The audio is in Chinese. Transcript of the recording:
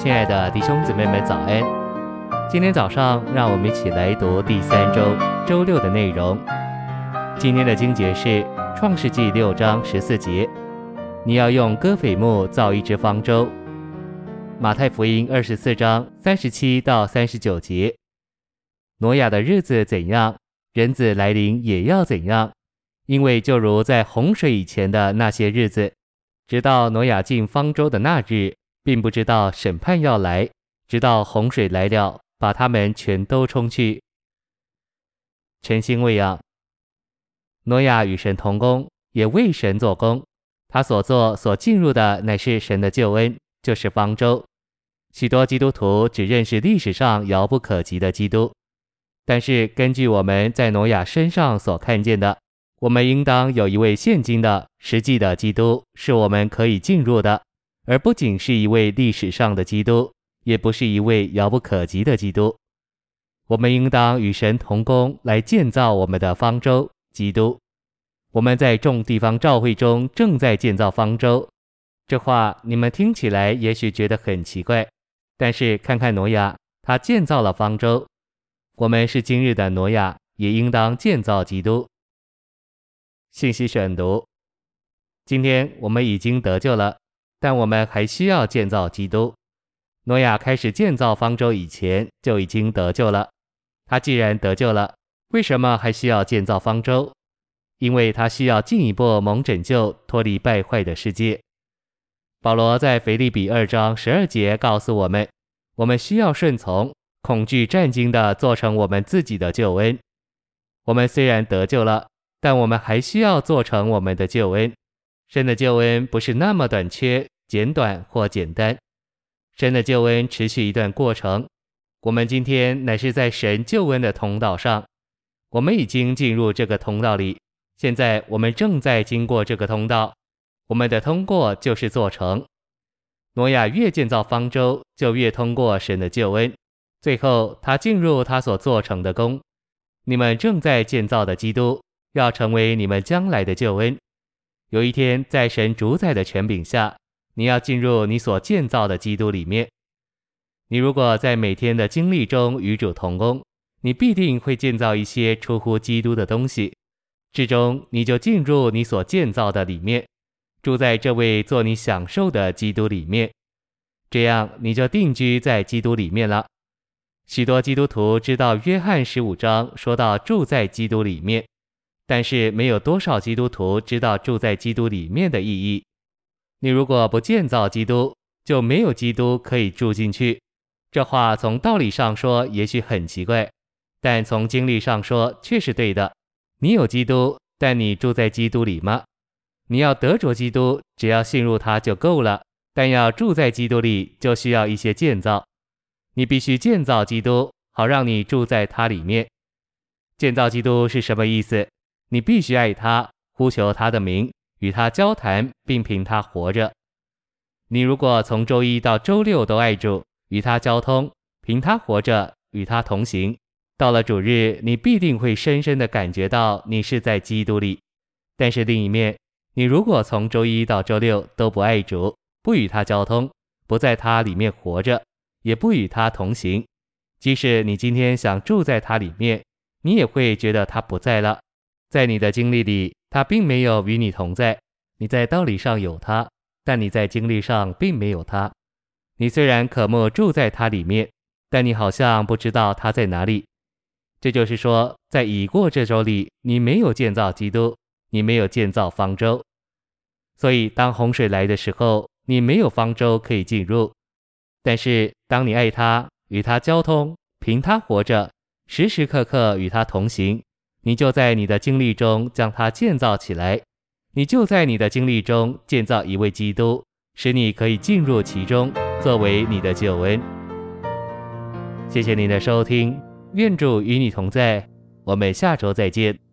亲爱的弟兄姊妹们早安。今天早上让我们一起来读第3周周六的内容。今天的经节是创世纪6章14节，你要用歌斐木造一只方舟。马太福音24章37到39节，挪亚的日子怎样，人子来临也要怎样，因为就如在洪水以前的那些日子，直到挪亚进方舟的那日，并不知道审判要来，直到洪水来了，把他们全都冲去。晨星喂养。挪亚与神同工，也为神做工，他所做所进入的乃是神的救恩，就是方舟。许多基督徒只认识历史上遥不可及的基督，但是根据我们在挪亚身上所看见的，我们应当有一位现今的实际的基督是我们可以进入的，而不仅是一位历史上的基督，也不是一位遥不可及的基督。我们应当与神同工来建造我们的方舟基督。我们在众地方教会中正在建造方舟，这话你们听起来也许觉得很奇怪，但是看看挪亚，他建造了方舟。我们是今日的挪亚，也应当建造基督。信息选读。今天我们已经得救了，但我们还需要建造基督。挪亚开始建造方舟以前就已经得救了，他既然得救了，为什么还需要建造方舟？因为他需要进一步蒙拯救，脱离败坏的世界。保罗在腓立比2章12节告诉我们，我们需要顺从，恐惧战惊地做成我们自己的救恩。我们虽然得救了，但我们还需要做成我们的救恩。神的救恩不是那么短缺、简短或简单，神的救恩持续一段过程。我们今天乃是在神救恩的通道上，我们已经进入这个通道里，现在我们正在经过这个通道，我们的通过就是做成。挪亚越建造方舟，就越通过神的救恩，最后他进入他所做成的工。你们正在建造的基督要成为你们将来的救恩。有一天在神主宰的权柄下，你要进入你所建造的基督里面。你如果在每天的经历中与主同工，你必定会建造一些出乎基督的东西，至终你就进入你所建造的里面，住在这位做你享受的基督里面，这样你就定居在基督里面了。许多基督徒知道约翰15章说到住在基督里面，但是没有多少基督徒知道住在基督里面的意义。你如果不建造基督，就没有基督可以住进去。这话从道理上说也许很奇怪，但从经历上说却是对的。你有基督，但你住在基督里吗？你要得着基督，只要信入他就够了，但要住在基督里，就需要一些建造。你必须建造基督，好让你住在他里面。建造基督是什么意思？你必须爱他，呼求他的名，与他交谈，并凭他活着。你如果从周一到周六都爱主，与他交通，凭他活着，与他同行，到了主日，你必定会深深地感觉到你是在基督里。但是另一面，你如果从周一到周六都不爱主，不与他交通，不在他里面活着，也不与他同行，即使你今天想住在他里面，你也会觉得他不在了。在你的经历里，他并没有与你同在。你在道理上有他，但你在经历上并没有他。你虽然渴慕住在他里面，但你好像不知道他在哪里。这就是说，在已过这周里，你没有建造基督，你没有建造方舟。所以当洪水来的时候，你没有方舟可以进入。但是当你爱他，与他交通，凭他活着，时时刻刻与他同行，你就在你的经历中将他建造起来。你就在你的经历中建造一位基督，使你可以进入其中，作为你的救恩。谢谢您的收听，愿主与你同在，我们下周再见。